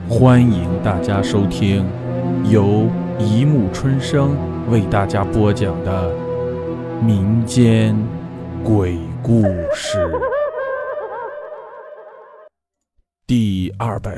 欢迎大家收听由一木春生为大家播讲的民间鬼故事第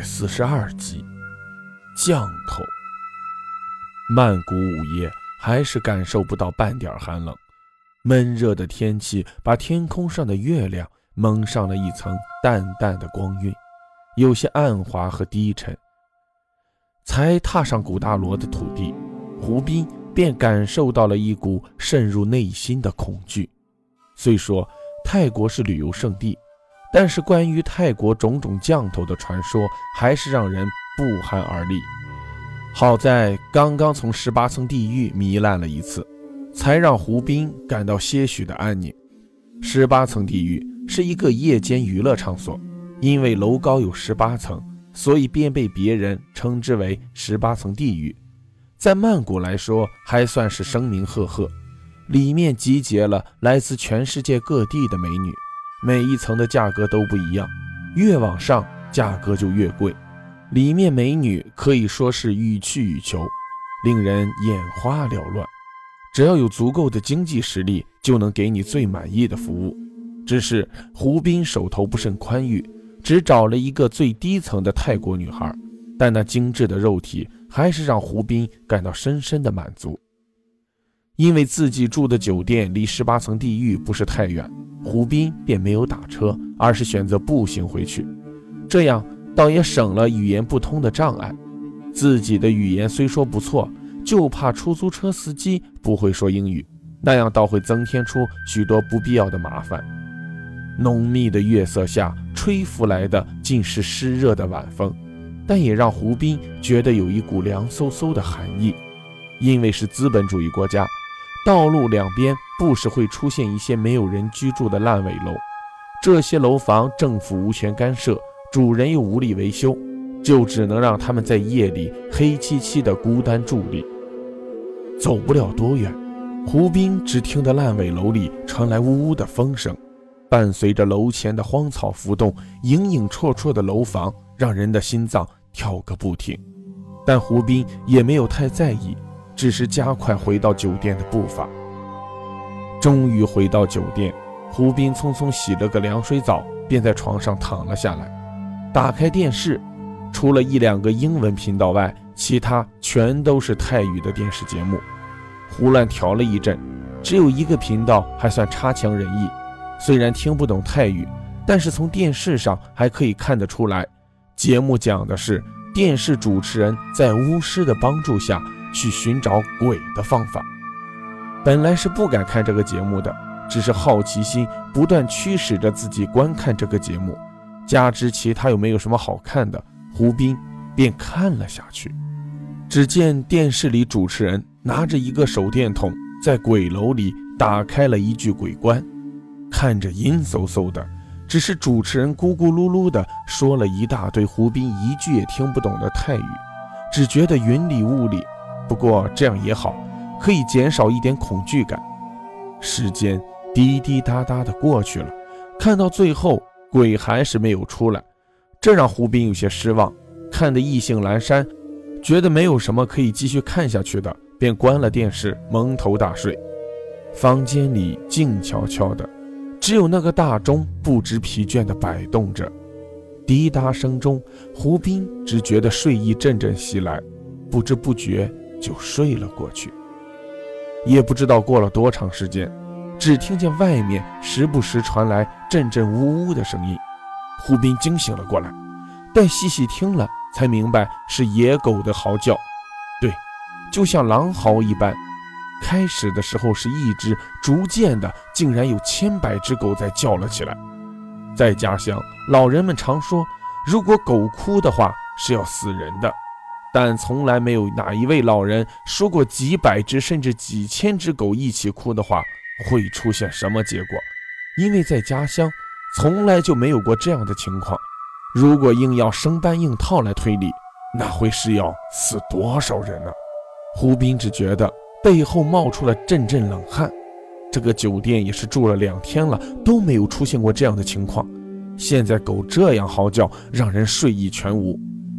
242集降头。曼谷午夜还是感受不到半点寒冷，闷热的天气把天空上的月亮蒙上了一层淡淡的光晕，有些暗滑和低沉。才踏上古大罗的土地，胡斌便感受到了一股渗入内心的恐惧。虽说泰国是旅游胜地，但是关于泰国种种降头的传说还是让人不寒而栗。好在刚刚从18层地狱糜烂了一次，才让胡斌感到些许的安宁。18层地狱是一个夜间娱乐场所，因为楼高有18层，所以便被别人称之为18层地狱。在曼谷来说还算是声名赫赫，里面集结了来自全世界各地的美女，每一层的价格都不一样，越往上价格就越贵，里面美女可以说是予取予求，令人眼花缭乱。只要有足够的经济实力，就能给你最满意的服务。只是胡斌手头不甚宽裕，只找了一个最低层的泰国女孩，但那精致的肉体还是让胡斌感到深深的满足。因为自己住的酒店离18层地狱不是太远，胡斌便没有打车，而是选择步行回去，这样倒也省了语言不通的障碍。自己的语言虽说不错，就怕出租车司机不会说英语，那样倒会增添出许多不必要的麻烦。浓密的月色下吹拂来的尽是湿热的晚风，但也让胡斌觉得有一股凉飕飕的寒意。因为是资本主义国家，道路两边不时会出现一些没有人居住的烂尾楼，这些楼房政府无权干涉，主人又无力维修，就只能让他们在夜里黑漆漆的孤单伫立。走不了多远，胡斌只听得烂尾楼里传来呜呜的风声，伴随着楼前的荒草浮动，影影绰绰的楼房让人的心脏跳个不停。但胡斌也没有太在意，只是加快回到酒店的步伐。终于回到酒店，胡斌匆匆洗了个凉水澡，便在床上躺了下来。打开电视，除了1、2个英文频道外，其他全都是泰语的电视节目。胡乱调了一阵，只有一个频道还算差强人意，虽然听不懂泰语，但是从电视上还可以看得出来，节目讲的是电视主持人在巫师的帮助下去寻找鬼的方法。本来是不敢看这个节目的，只是好奇心不断驱使着自己观看这个节目，加之其他又没有什么好看的，胡斌便看了下去。只见电视里主持人拿着一个手电筒，在鬼楼里打开了一具鬼棺，看着阴飕飕的，只是主持人咕咕噜噜的说了一大堆胡斌一句也听不懂的泰语，只觉得云里雾里。不过这样也好，可以减少一点恐惧感。时间滴滴答答的过去了，看到最后鬼还是没有出来，这让胡斌有些失望，看得意兴阑珊，觉得没有什么可以继续看下去的，便关了电视，蒙头大睡。房间里静悄悄的，只有那个大钟不知疲倦地摆动着，滴答声中，胡斌只觉得睡意阵阵袭来，不知不觉就睡了过去。也不知道过了多长时间，只听见外面时不时传来阵阵呜呜的声音。胡斌惊醒了过来，但细细听了才明白是野狗的嚎叫，对，就像狼嚎一般。开始的时候是一只，逐渐的竟然有千百只狗在叫了起来。在家乡，老人们常说，如果狗哭的话是要死人的，但从来没有哪一位老人说过几百只甚至几千只狗一起哭的话会出现什么结果，因为在家乡从来就没有过这样的情况。如果硬要生搬硬套来推理，那会是要死多少人呢？胡斌只觉得背后冒出了阵阵冷汗。这个酒店也是住了2天了，都没有出现过这样的情况。现在狗这样嚎叫，让人睡意全无。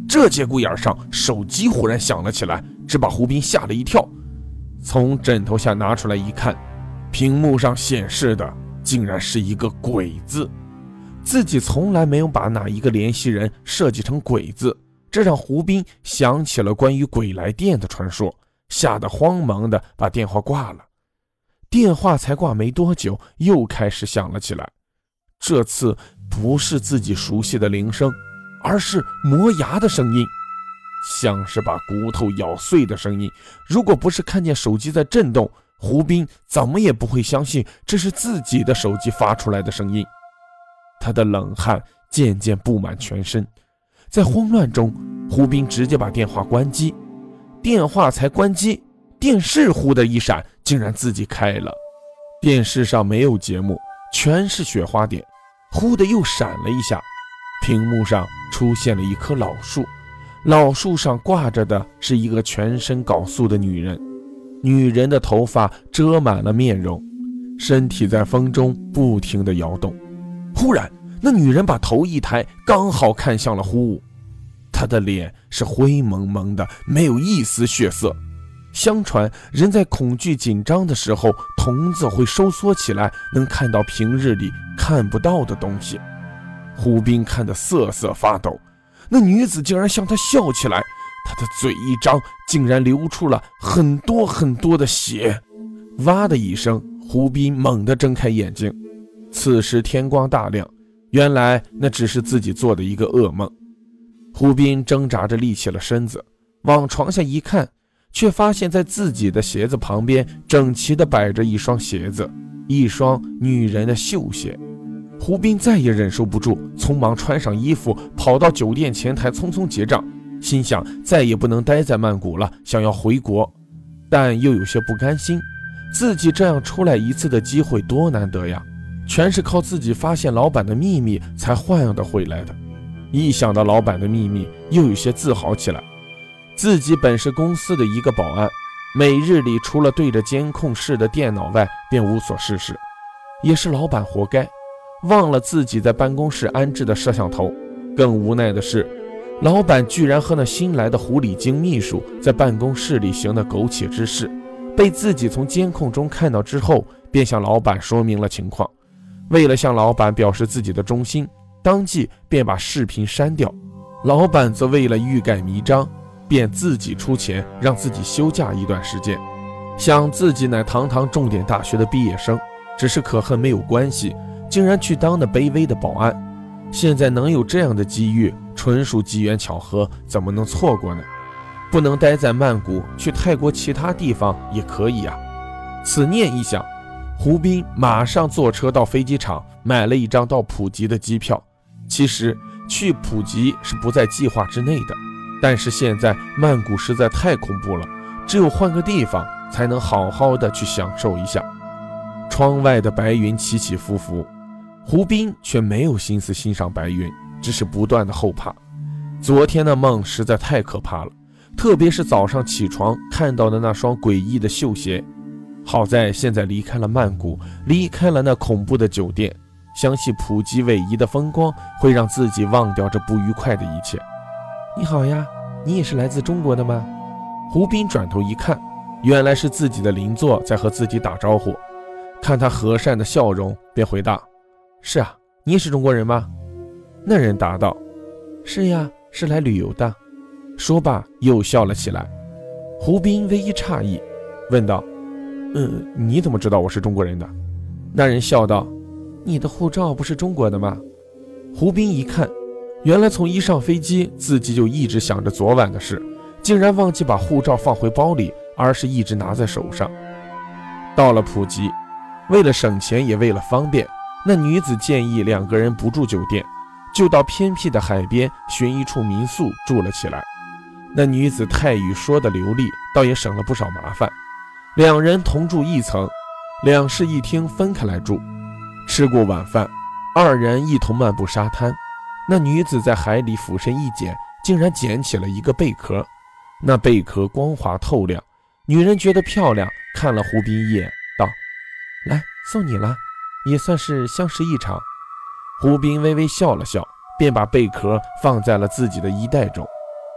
这节骨眼上，手机忽然响了起来，只把胡斌吓了一跳。从枕头下拿出来一看，屏幕上显示的竟然是一个鬼字。自己从来没有把哪一个联系人设计成鬼字，这让胡斌想起了关于鬼来电的传说，吓得慌忙的把电话挂了。电话才挂没多久，又开始响了起来。这次不是自己熟悉的铃声，而是磨牙的声音，像是把骨头咬碎的声音。如果不是看见手机在震动，胡斌怎么也不会相信这是自己的手机发出来的声音。他的冷汗渐渐布满全身，在慌乱中，胡斌直接把电话关机。电话才关机，电视忽的一闪，竟然自己开了。电视上没有节目，全是雪花点，忽的又闪了一下，屏幕上出现了一棵老树，老树上挂着的是一个全身缟素的女人，女人的头发遮满了面容，身体在风中不停地摇动。忽然，那女人把头一抬，刚好看向了胡武。她的脸是灰蒙蒙的，没有一丝血色。相传人在恐惧紧张的时候，瞳子会收缩起来，能看到平日里看不到的东西。胡斌看得瑟瑟发抖，那女子竟然向他笑起来，她的嘴一张，竟然流出了很多很多的血。哇的一声，胡斌猛地睁开眼睛。此时天光大亮，原来那只是自己做的一个噩梦。胡斌挣扎着立起了身子，往床下一看，却发现在自己的鞋子旁边整齐地摆着一双鞋子，一双女人的绣鞋。胡斌再也忍受不住，匆忙穿上衣服，跑到酒店前台匆匆结账，心想再也不能待在曼谷了，想要回国，但又有些不甘心，自己这样出来一次的机会多难得呀，全是靠自己发现老板的秘密才换样的回来的。一想到老板的秘密，又有些自豪起来。自己本是公司的一个保安，每日里除了对着监控室的电脑外，便无所事事。也是老板活该，忘了自己在办公室安置的摄像头。更无奈的是，老板居然和那新来的狐狸精秘书在办公室里行的苟且之事，被自己从监控中看到之后，便向老板说明了情况。为了向老板表示自己的忠心，当即便把视频删掉。老板则为了欲盖弥彰，便自己出钱让自己休假一段时间。想自己乃堂堂重点大学的毕业生，只是可恨没有关系，竟然去当那卑微的保安。现在能有这样的机遇，纯属机缘巧合，怎么能错过呢？不能待在曼谷，去泰国其他地方也可以啊。此念一想，胡斌马上坐车到飞机场，买了一张到普吉的机票。其实去普吉是不在计划之内的，但是现在曼谷实在太恐怖了，只有换个地方才能好好的去享受一下。窗外的白云起起伏伏，胡斌却没有心思欣赏白云，只是不断的后怕。昨天的梦实在太可怕了，特别是早上起床看到的那双诡异的绣鞋。好在现在离开了曼谷，离开了那恐怖的酒店，相信普吉逶迤的风光会让自己忘掉这不愉快的一切。你好呀，你也是来自中国的吗？胡斌转头一看，原来是自己的邻座在和自己打招呼。看他和善的笑容，便回答：是啊，你也是中国人吗？那人答道：是呀，是来旅游的。说罢又笑了起来。胡斌微一诧异，问道：你怎么知道我是中国人的？那人笑道：你的护照不是中国的吗？胡斌一看，原来从一上飞机，自己就一直想着昨晚的事，竟然忘记把护照放回包里，而是一直拿在手上。到了普吉，为了省钱也为了方便，那女子建议两个人不住酒店，就到偏僻的海边寻一处民宿住了起来。那女子泰语说得流利，倒也省了不少麻烦。两人同住一层，两室一厅分开来住。吃过晚饭，二人一同漫步沙滩。那女子在海里俯身一捡，竟然捡起了一个贝壳。那贝壳光滑透亮，女人觉得漂亮，看了胡斌一眼，道：来，送你了，也算是相识一场。胡斌微微笑了笑，便把贝壳放在了自己的衣袋中。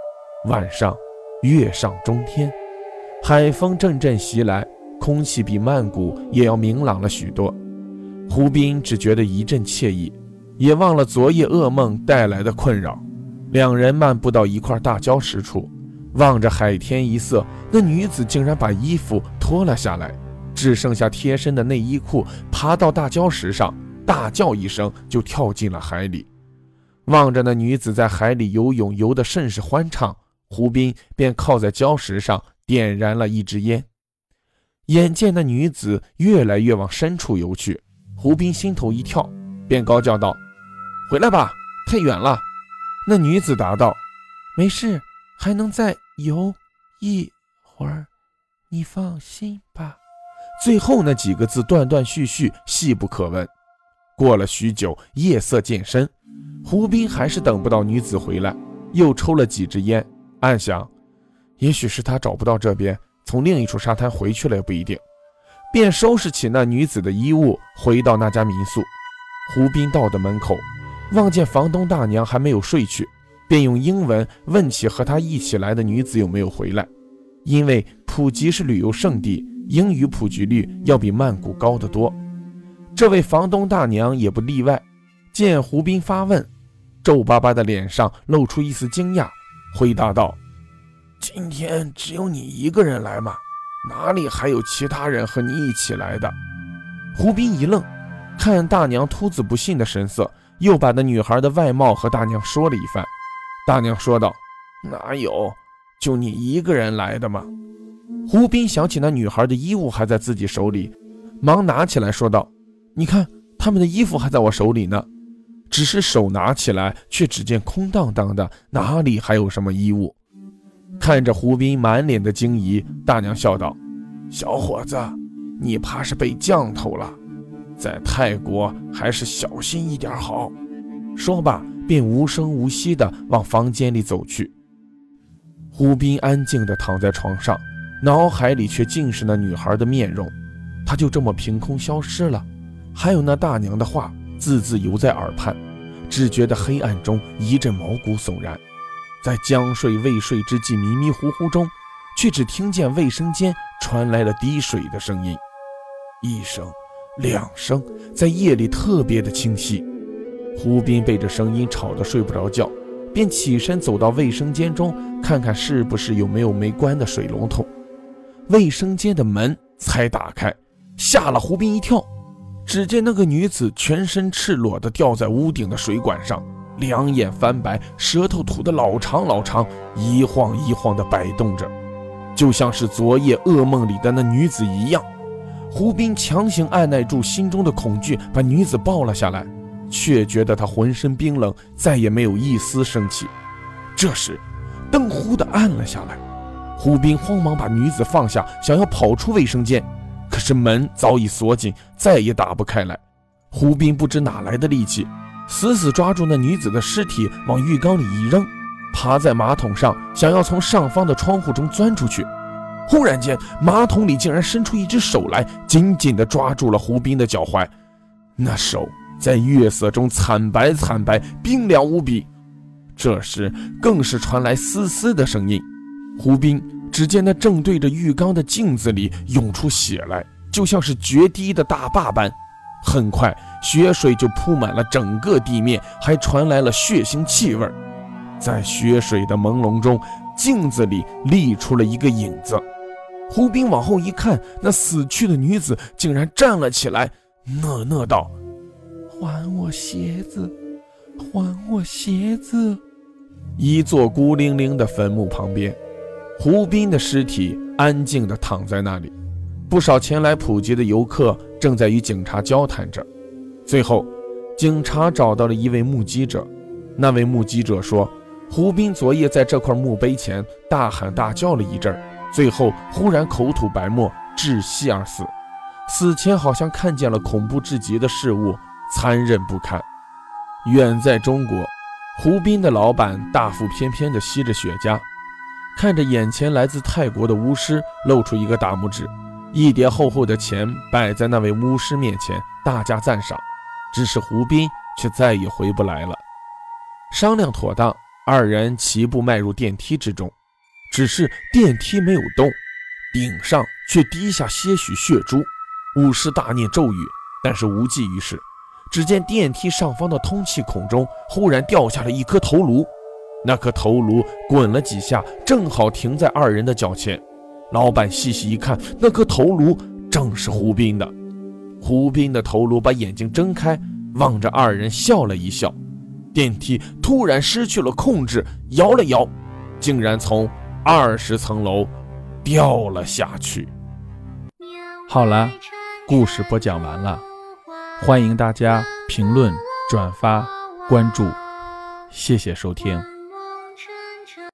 晚上月上中天，海风阵阵袭来，空气比曼谷也要明朗了许多。胡斌只觉得一阵惬意，也忘了昨夜噩梦带来的困扰。两人漫步到一块大礁石处，望着海天一色，那女子竟然把衣服脱了下来，只剩下贴身的内衣裤，爬到大礁石上，大叫一声就跳进了海里。望着那女子在海里游泳，游得甚是欢畅，胡斌便靠在礁石上点燃了一支烟。眼见那女子越来越往深处游去，胡斌心头一跳，便高叫道：回来吧，太远了。那女子答道：没事，还能再游一会儿，你放心吧。最后那几个字断断续续，细不可闻。过了许久，夜色渐深，胡斌还是等不到女子回来，又抽了几支烟，暗想也许是他找不到这边，从另一处沙滩回去了也不一定，便收拾起那女子的衣物，回到那家民宿。胡斌到的门口，望见房东大娘还没有睡去，便用英文问起和他一起来的女子有没有回来。因为普吉是旅游胜地，英语普及率要比曼谷高得多。这位房东大娘也不例外，见胡斌发问，皱巴巴的脸上露出一丝惊讶，回答道：今天只有你一个人来吗？哪里还有其他人和你一起来的？胡斌一愣，看大娘突自不信的神色，又把那女孩的外貌和大娘说了一番。大娘说道：哪有，就你一个人来的吗？胡斌想起那女孩的衣物还在自己手里，忙拿起来说道：你看，他们的衣服还在我手里呢。只是手拿起来，却只见空荡荡的，哪里还有什么衣物？看着胡斌满脸的惊疑，大娘笑道：小伙子，你怕是被降头了，在泰国还是小心一点好。说罢便无声无息地往房间里走去。胡斌安静地躺在床上，脑海里却尽是那女孩的面容，她就这么凭空消失了。还有那大娘的话字字犹在耳畔，只觉得黑暗中一阵毛骨悚然。在将睡未睡之际，迷迷糊糊中，却只听见卫生间传来了滴水的声音，一声两声，在夜里特别的清晰。胡斌被这声音吵得睡不着觉，便起身走到卫生间中，看看是不是有没有没关的水龙头。卫生间的门才打开，吓了胡斌一跳。只见那个女子全身赤裸地吊在屋顶的水管上，两眼翻白，舌头吐得老长老长，一晃一晃地摆动着，就像是昨夜噩梦里的那女子一样。胡斌强行按耐住心中的恐惧，把女子抱了下来，却觉得她浑身冰冷，再也没有一丝生气。这时灯忽地暗了下来，胡斌慌忙把女子放下，想要跑出卫生间，可是门早已锁紧，再也打不开来。胡斌不知哪来的力气，死死抓住那女子的尸体，往浴缸里一扔，爬在马桶上，想要从上方的窗户中钻出去。忽然间，马桶里竟然伸出一只手来，紧紧地抓住了胡斌的脚踝。那手在月色中惨白惨白，冰凉无比。这时更是传来嘶嘶的声音。胡斌只见那正对着浴缸的镜子里涌出血来，就像是决堤的大坝般。很快血水就铺满了整个地面，还传来了血腥气味。在血水的朦胧中，镜子里立出了一个影子。胡斌往后一看，那死去的女子竟然站了起来，讷讷道：还我鞋子，还我鞋子。一座孤零零的坟墓旁边，胡斌的尸体安静地躺在那里，不少前来普吉的游客正在与警察交谈着。最后警察找到了一位目击者，那位目击者说，胡斌昨夜在这块墓碑前大喊大叫了一阵，最后忽然口吐白沫，窒息而死。死前好像看见了恐怖至极的事物，残忍不堪。远在中国，胡斌的老板大腹翩翩地吸着雪茄，看着眼前来自泰国的巫师，露出一个大拇指。一叠厚厚的钱摆在那位巫师面前，大家赞赏。只是胡斌却再也回不来了。商量妥当， 二人齐步迈入电梯之中，只是电梯没有动，顶上却滴下些许血珠。武士大念咒语，但是无济于事。只见电梯上方的通气孔中忽然掉下了一颗头颅，那颗头颅滚了几下，正好停在二人的脚前。老板细细一看，那颗头颅正是胡斌的。胡斌的头颅把眼睛睁开，望着二人笑了一笑。电梯突然失去了控制，摇了摇，竟然从20层楼掉了下去。 好了，故事播讲完了，欢迎大家评论、转发、关注，谢谢收听。